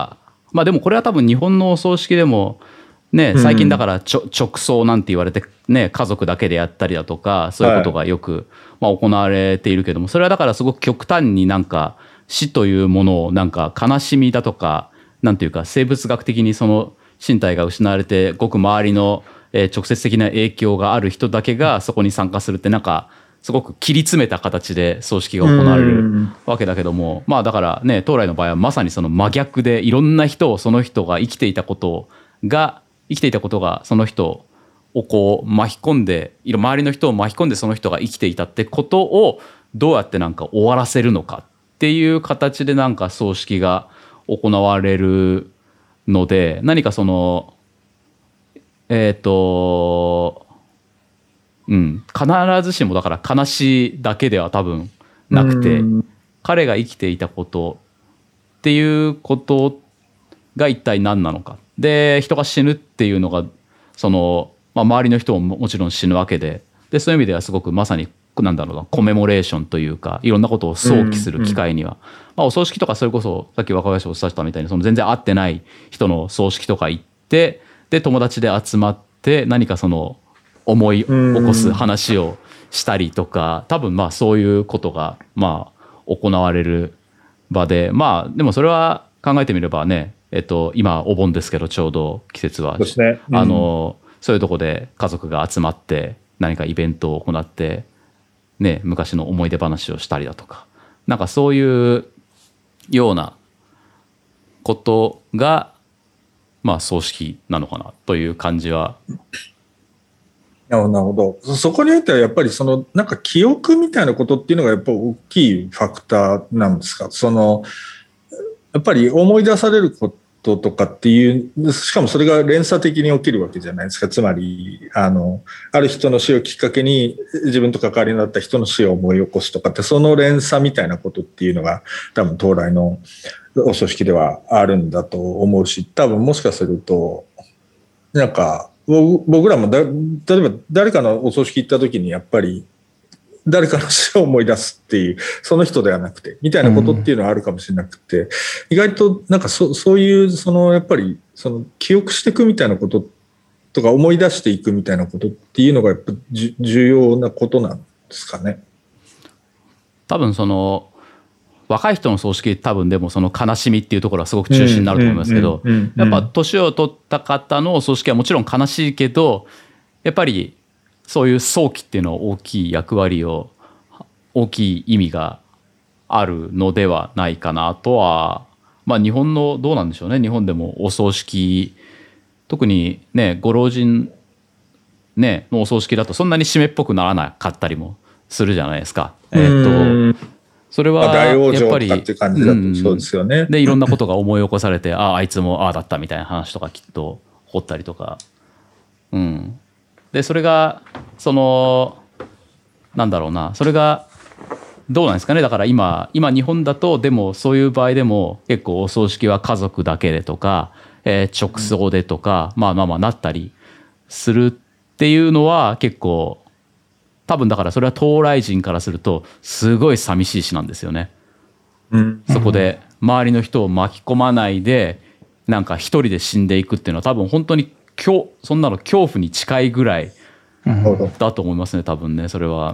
まあでもこれは多分日本のお葬式でもね、最近だからちょ直葬なんて言われて、ね、家族だけでやったりだとかそういうことがよく、まあ、行われているけども、それはだからすごく極端になんか死というものをなんか悲しみだとかなんていうか生物学的にその身体が失われてごく周りの直接的な影響がある人だけがそこに参加するってなんかすごく切り詰めた形で葬式が行われるわけだけども、まあだからね東来の場合はまさにその真逆でいろんな人をその人が生きていたことが生きていたことがその人をこう巻き込んで周りの人を巻き込んでその人が生きていたってことをどうやってなんか終わらせるのかっていう形でなんか葬式が行われるので、何かそのえっとうん必ずしもだから悲しいだけでは多分なくて、彼が生きていたことっていうことが一体何なのか。で人が死ぬっていうのがその、まあ、周りの人ももちろん死ぬわけで、でそういう意味ではすごくまさになんだろうなコメモレーションというかいろんなことを想起する機会には、うんうんまあ、お葬式とかそれこそさっき若林おっしゃったみたいにその全然会ってない人の葬式とか行ってで友達で集まって何かその思い起こす話をしたりとか、多分まあそういうことがまあ行われる場で、まあでもそれは考えてみればねえっと、今お盆ですけどちょうど季節は、 ねうん、 あのそういうとこで家族が集まって何かイベントを行って、ね、昔の思い出話をしたりだとかなんかそういうようなことがまあ葬式なのかなという感じは。 なるほど。そこにおいてはやっぱりそのなんか記憶みたいなことっていうのがやっぱり大きいファクターなんですか。そのやっぱり思い出されることとかっていう、しかもそれが連鎖的に起きるわけじゃないですか。つまり、あの、ある人の死をきっかけに自分と関わりになった人の死を思い起こすとかって、その連鎖みたいなことっていうのが多分東来のお葬式ではあるんだと思うし、多分もしかすると、なんか、僕らもだ、例えば誰かのお葬式行った時にやっぱり、誰かの死を思い出すっていうその人ではなくてみたいなことっていうのはあるかもしれなくて、うん、意外となんか そ, そういうそのやっぱりその記憶していくみたいなこととか思い出していくみたいなことっていうのがやっぱり重要なことなんですかね。 多分その若い人の葬式多分でもその悲しみっていうところはすごく中心になると思いますけど、やっぱ年を取った方の葬式はもちろん悲しいけどやっぱりそういう葬儀っていうのは大きい役割を大きい意味があるのではないかなとは、まあ日本のどうなんでしょうね。日本でもお葬式特にねご老人ねのお葬式だとそんなに締めっぽくならなかったりもするじゃないですか。えー、っとそれはやっぱりって感じだとそうですよね。 でいろんなことが思い起こされてあああいつもああだったみたいな話とかきっと起こったりとか、うん。でそれがそのなんだろうなそれがどうなんですかね。だから今今日本だとでもそういう場合でも結構お葬式は家族だけでとか、えー、直葬でとか、うん、まあまあまあなったりするっていうのは結構多分だからそれは東来人からするとすごい寂しい死なんですよね。うん、そこで周りの人を巻き込まないでなんか一人で死んでいくっていうのは多分本当にそんなの恐怖に近いぐらいだと思いますね、多分ね、それは。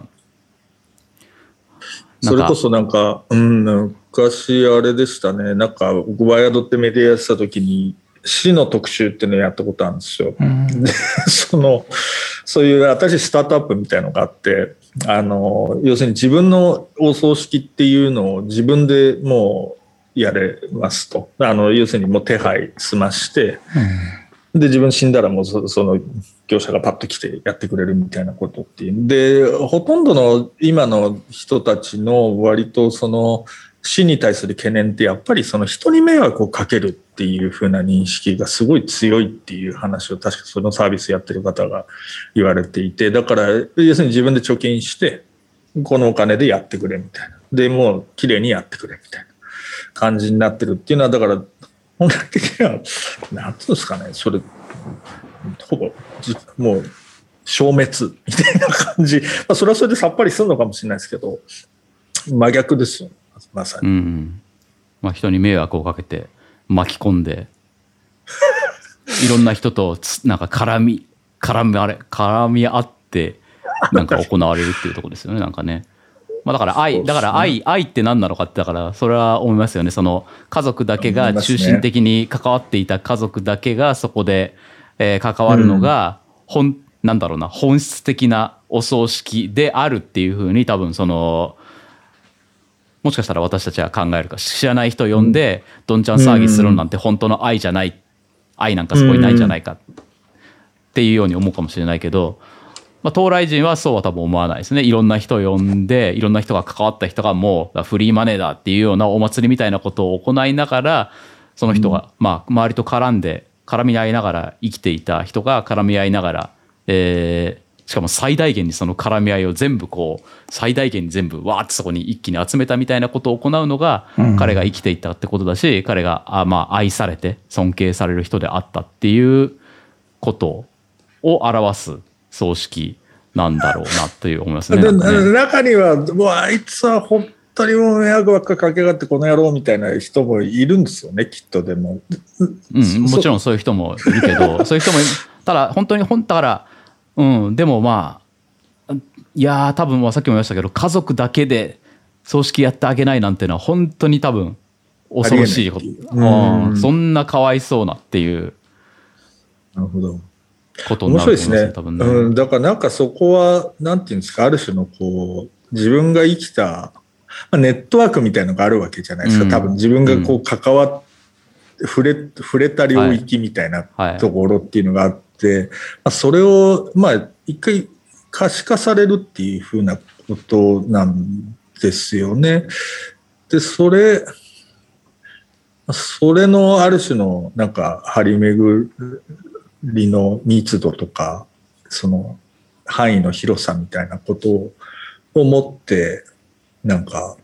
それこそなんか、うん、昔あれでしたね、なんか僕ワイヤードってメディアやってた時に死の特集っていうのをやったことあるんですよ。うん、でそのそういう新しいスタートアップみたいのがあって、あの要するに自分のお葬式っていうのを自分でもうやれますと、あの要するにもう手配済まして。うんで自分死んだらもう そ, その業者がパッと来てやってくれるみたいなことっていうでほとんどの今の人たちの割とその死に対する懸念ってやっぱりその人に迷惑をかけるっていう風な認識がすごい強いっていう話を確かそのサービスやってる方が言われていて、だから要するに自分で貯金してこのお金でやってくれみたいなでもう綺麗にやってくれみたいな感じになってるっていうのはだから本来的には何ていうんですかね、それほぼもう消滅みたいな感じ、まあ、それはそれでさっぱりするのかもしれないですけど真逆ですよ、まさに、 うんまあ、人に迷惑をかけて巻き込んでいろんな人となんか絡み絡みあれ絡み合ってなんか行われるっていうところですよねなんかね。まあ、だから愛だから愛愛って何なのかってだからそれは思いますよね。その家族だけが中心的に関わっていた家族だけがそこで、えー、関わるのが本、うん、なんだろうな本質的なお葬式であるっていうふうに多分そのもしかしたら私たちは考えるか知らない人呼んで、うん、どんちゃん騒ぎするのなんて本当の愛じゃない愛なんかそこにないんじゃないかっていうように思うかもしれないけど。まあ、東来人はそうは多分思わないですね。いろんな人を呼んでいろんな人が関わった人がもうフリーマネーだっていうようなお祭りみたいなことを行いながらその人が、まあ、周りと絡んで絡み合いながら生きていた人が絡み合いながら、えー、しかも最大限にその絡み合いを全部こう最大限に全部わーってそこに一気に集めたみたいなことを行うのが彼が生きていったってことだし彼があ、まあ、愛されて尊敬される人であったっていうことを表す葬式なんだろうなという思いますね。なんかね中にはもうあいつは本当にもう迷惑ばっかかけがってこの野郎みたいな人もいるんですよねきっと。でも、 うん、もちろんそういう人もいるけどそういう人もただ本当に本当だから、うん、でもまあいや多分さっきも言いましたけど家族だけで葬式やってあげないなんていうのは本当に多分恐ろしいこと、うん、そんなかわいそうなっていう。 なるほど。 ことになると思いますね、 面白いですね。多分ね、うん、だからなんかそこはなんていうんですかある種のこう自分が生きた、まあ、ネットワークみたいなのがあるわけじゃないですか、うん、多分自分がこう関わっ、うん、触れ触れた領域みたいなところっていうのがあって、はいはい、まあ、それをまあ一回可視化されるっていうふうなことなんですよね。でそれそれのある種のなんか張り巡りの密度とかその範囲の広さみたいなことを思ってなんか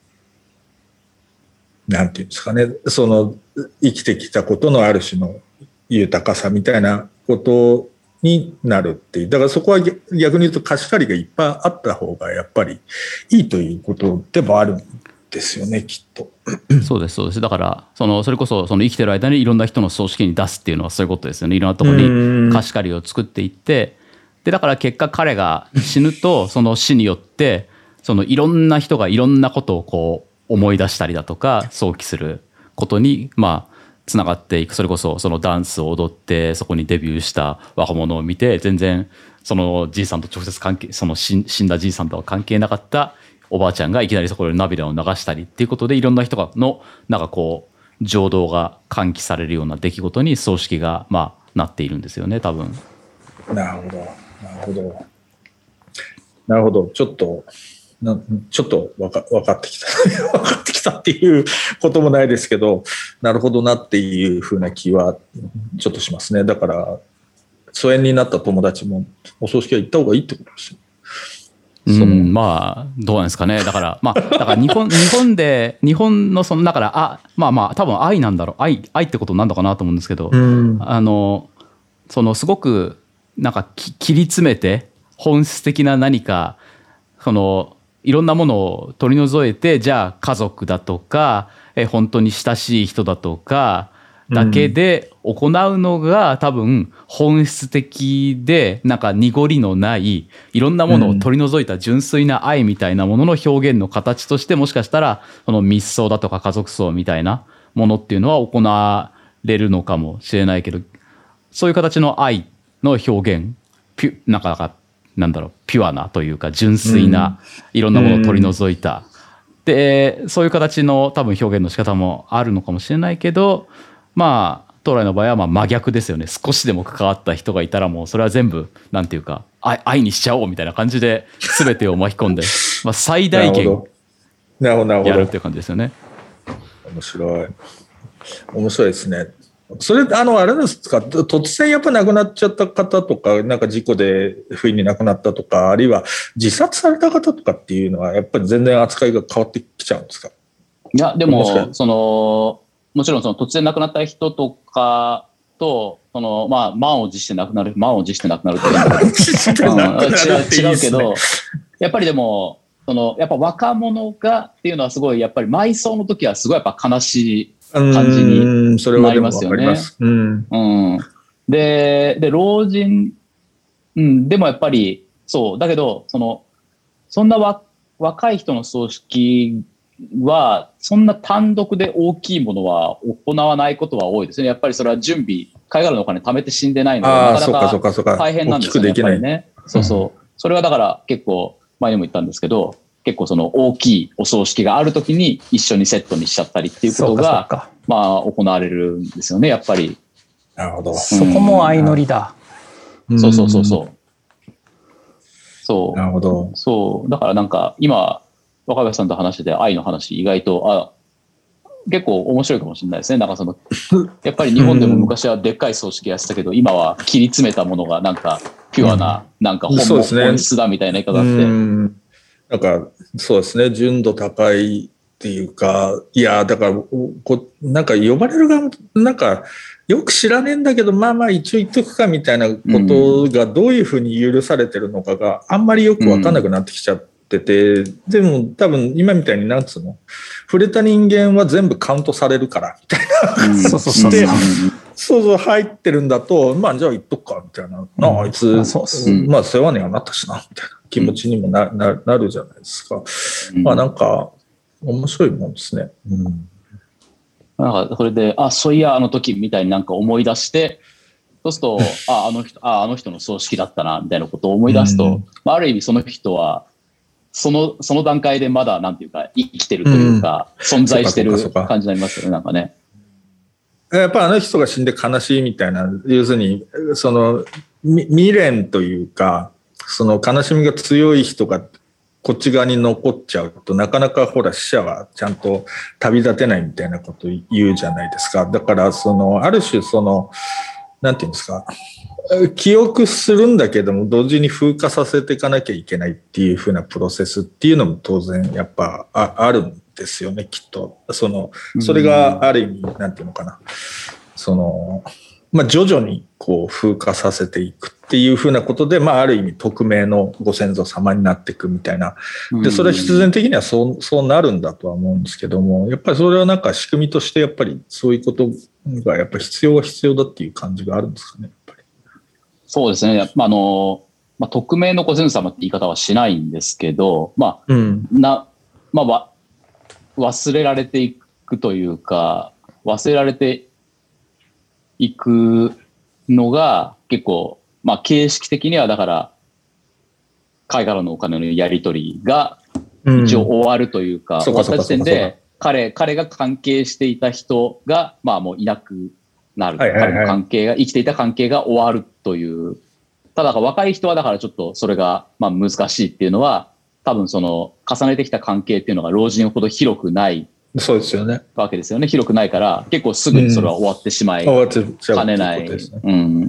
なんていうんですかねその生きてきたことのある種の豊かさみたいなことになるっていうだからそこは逆に言うと貸し借りがいっぱいあった方がやっぱりいいということでもあるんですよねきっと。 そうですそうです。だからそのそれこそその生きてる間にいろんな人の葬式に出すっていうのはそういうことですよね。いろんなところに貸し借りを作っていってでだから結果彼が死ぬとその死によってそのいろんな人がいろんなことをこう思い出したりだとか想起することにまあつながっていく。それこそそのダンスを踊ってそこにデビューした若者を見て全然そのじいさんと直接関係その死んだじいさんとは関係なかったおばあちゃんがいきなりそこで涙を流したりっていうことでいろんな人がのなんかこう情動が喚起されるような出来事に葬式がまあなっているんですよね多分。 なるほどなるほどなるほどちょっとなちょっと分か、分かってきた分かってきたっていうこともないですけどなるほどなっていうふうな気はちょっとしますね。だから疎遠になった友達もお葬式は行った方がいいってことですよ。 うん、まあどうなんですかね。だからまあだから日本日本で日本のそのだからあまあまあ多分愛なんだろう愛愛ってことなんだかなと思うんですけど、うん、あのそのすごくなんかき切り詰めて本質的な何かそのいろんなものを取り除いてじゃあ家族だとかえ本当に親しい人だとかだけで行うのが多分本質的でなんか濁りのないいろんなものを取り除いた純粋な愛みたいなものの表現の形としてもしかしたらその密葬だとか家族葬みたいなものっていうのは行われるのかもしれないけどそういう形の愛の表現ピュなんかなんだろうピュアなというか純粋ないろんなものを取り除いたでそういう形の多分表現の仕方もあるのかもしれないけどまあ東来の場合はまあ真逆ですよね。少しでも関わった人がいたらもうそれは全部なんていうか愛, 愛にしちゃおうみたいな感じで全てを巻き込んでまあ最大限やるっていう感じですよね。 面白い面白いですね。それあのあれですか突然やっぱ亡くなっちゃった方とかなんか事故で不意に亡くなったとかあるいは自殺された方とかっていうのはやっぱり全然扱いが変わってきちゃうんですか。 いやでもそのもちろんその突然亡くなった人とかとそのまあ満を持して亡くなる満を持して亡くなるっていう違うけどやっぱりでもそのやっぱ若者がっていうのはすごいやっぱり埋葬の時はすごいやっぱ悲しい感じになりますよね。うん、うん、 で、で、老人、うん、でもやっぱり、そう、だけど、その、そんなわ若い人の葬式は、そんな単独で大きいものは行わないことは多いですね。やっぱりそれは準備、貝殻のお金貯めて死んでないので、なかなか大変なんですよね。やっぱりね。そうそう。それはだから結構、前にも言ったんですけど、結構その大きいお葬式があるときに一緒にセットにしちゃったりっていうことが、まあ行われるんですよね、やっぱり。 なるほど。うん、 そこも相乗りだ。 そうそうそうそう。そう。 なるほど。 そう。だからなんか今、若林さんと話してて愛の話意外と、あ、結構面白いかもしれないですね。なんかその、やっぱり日本でも昔はでっかい葬式やってたけど、今は切り詰めたものがなんかピュアな、なんか本質だみたいな言い方があって。 なんかそうですね、純度高いっていうか、いやだからこなんか呼ばれる側もなんかよく知らねえんだけど、まあまあ一応言っとくかみたいなことがどういうふうに許されてるのかがあんまりよく分かんなくなってきちゃってて、うん、でも多分今みたいになんつうの、触れた人間は全部カウントされるからみたいな、うん、そうそうそうそうそう入ってるんだと、まあじゃあ言っとくかみたいな、うん、なああいつ、うん、まあ世話にはなったしなみたいな気持ちにも な, な, なるじゃないですか。うん、まあなんか面白いもんですね。うん、 なんかそれで、あ、そういやあの時みたいになんか思い出して、そうすると、あ、あの人、あ、あの人の葬式だったなみたいなことを思い出すと、うん、まあ、ある意味その人はそのその段階でまだなんていうか生きてるというか、うん、存在してる感じになりますよね、なんかね。 やっぱあの人が死んで悲しいみたいな、要するにその未練というか、その悲しみが強い人がこっち側に残っちゃうと、なかなかほら死者はちゃんと旅立てないみたいなことを言うじゃないですか。だからそのある種そのなんていうんですか、記憶するんだけども同時に風化させていかなきゃいけないっていう風なプロセスっていうのも当然やっぱ あ, あるんですよね、きっと。そのそれがある意味なんていうのかな、そのまあ、徐々にこう風化させていくっていうふうなことで、まあ、ある意味匿名のご先祖様になっていくみたいな。で、それは必然的にはそう、そうなるんだとは思うんですけども、やっぱりそれはなんか仕組みとしてやっぱりそういうことがやっぱり必要は必要だっていう感じがあるんですかね、やっぱり。 そうですね。まあ、あの、まあ、匿名のご先祖様って言い方はしないんですけど、まあ、うん、な、まあ、わ、忘れられていくというか、忘れられて行くのが結構、まあ、形式的にはだから貝殻のお金のやり取りが一応終わるというか、うん、終わった時点で彼彼が関係していた人がまあもういなくなる、はいはいはい、彼の関係が生きていた関係が終わるという。ただ若い人はだからちょっとそれがまあ難しいっていうのは、多分その重ねてきた関係っていうのが老人ほど広くないそうですよね。 わけですよね。広くないから結構すぐにそれは終わってしまいかねない。うん、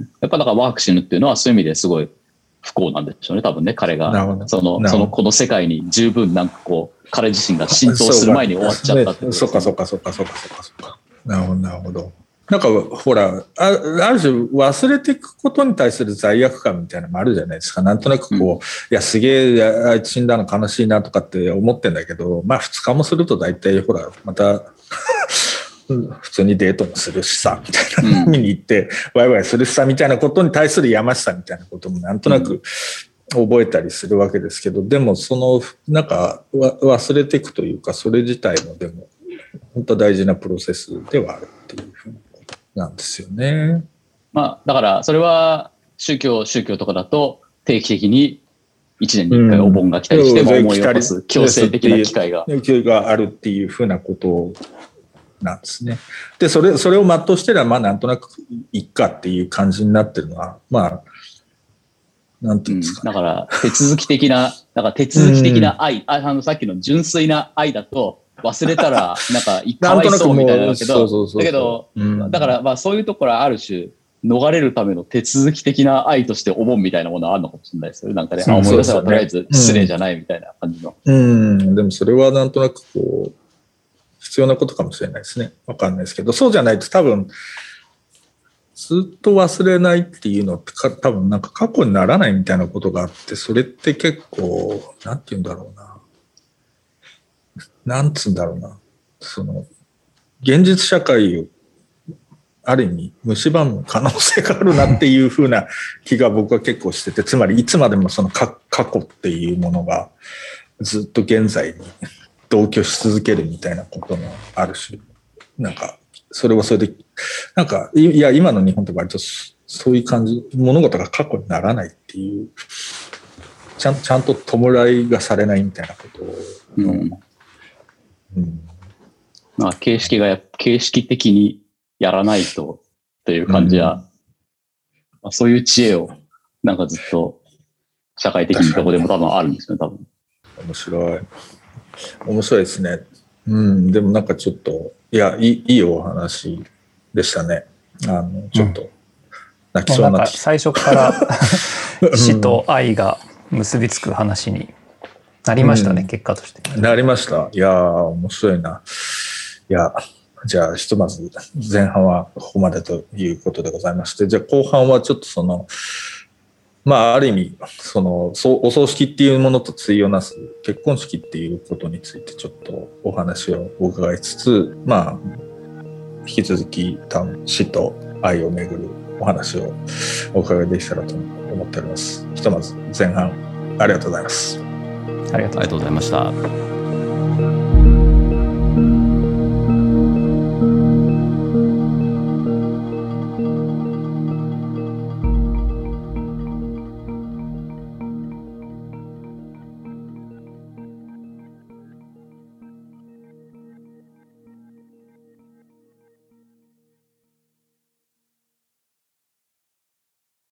やっぱだから若く死ぬっていうのはそういう意味ですごい不幸なんでしょうね。多分ね、彼がそのそのこの世界に十分なんかこう彼自身が浸透する前に終わっちゃったってことですね。 そうかそうかそうかそうかそうかそうか。なるほどなるほど。なんかほら あ, ある種忘れていくことに対する罪悪感みたいなのもあるじゃないですか。なんとなくこう、うん、いやすげえあいつ死んだの悲しいなとかって思ってんだけど、まあふつかもすると大体ほらまた普通にデートもするしさみたいな、うん、見に行ってワイワイするしさみたいなことに対するやましさみたいなこともなんとなく覚えたりするわけですけど、でもそのなんか忘れていくというか、それ自体もでも本当は大事なプロセスではあるっていうふうになんですよね。 まあ、だからそれは宗教宗教とかだと定期的にいちねんにいっかいお盆が来たりしても思い起こす強制的な機会が、 うん、があるっていうふうなことなんですね。でそれそれを全うしてればまあなんとなくいっかっていう感じになってるのはまあなんていうんですかね、 うん、だから手続き的なだから手続き的な愛、うん、あのさっきの純粋な愛だと忘れたらなんかかわいそうみたいなんだけど、だけど、うん、だからまあそういうところはある種逃れるための手続き的な愛としてお盆みたいなものはあるのかもしれないですよね。なんかね、思い出せばとりあえず失礼じゃないみたいな感じの。 うん、うん、でもそれはなんとなくこう必要なことかもしれないですね。わかんないですけど、そうじゃないと多分ずっと忘れないっていうのってか多分なんか過去にならないみたいなことがあって、それって結構なんて言うんだろうな。なんつうんだろうな、その現実社会ある意味蝕む可能性があるなっていう風な気が僕は結構してて、つまりいつまでもその過去っていうものがずっと現在に同居し続けるみたいなこともあるし、なんかそれはそれでなんかいや今の日本って割とそういう感じ、物事が過去にならないっていう、ちゃんちゃんと弔いがされないみたいなことを、うんうん、まあ形式が形式的にやらないとっていう感じは、うん、まあ、そういう知恵をなんかずっと社会的にどこでも多分あるんですよね、多分。 面白い。面白いですね。うん、でもなんかちょっと、いや、いい、いいお話でしたね。あの、ちょっと泣きそうになってきた。 最初から死と愛が結びつく話になりましたね、うん、結果として。 なりました。いやー、面白いな。いや、じゃあひとまず前半はここまでということでございまして、じゃあ後半はちょっとその、まあある意味そのお葬式っていうものと対をなす結婚式っていうことについてちょっとお話をお伺いつつ、まあ引き続き死と愛をめぐるお話をお伺いできたらと思っております。ひとまず前半ありがとうございます。 ありがとうございました。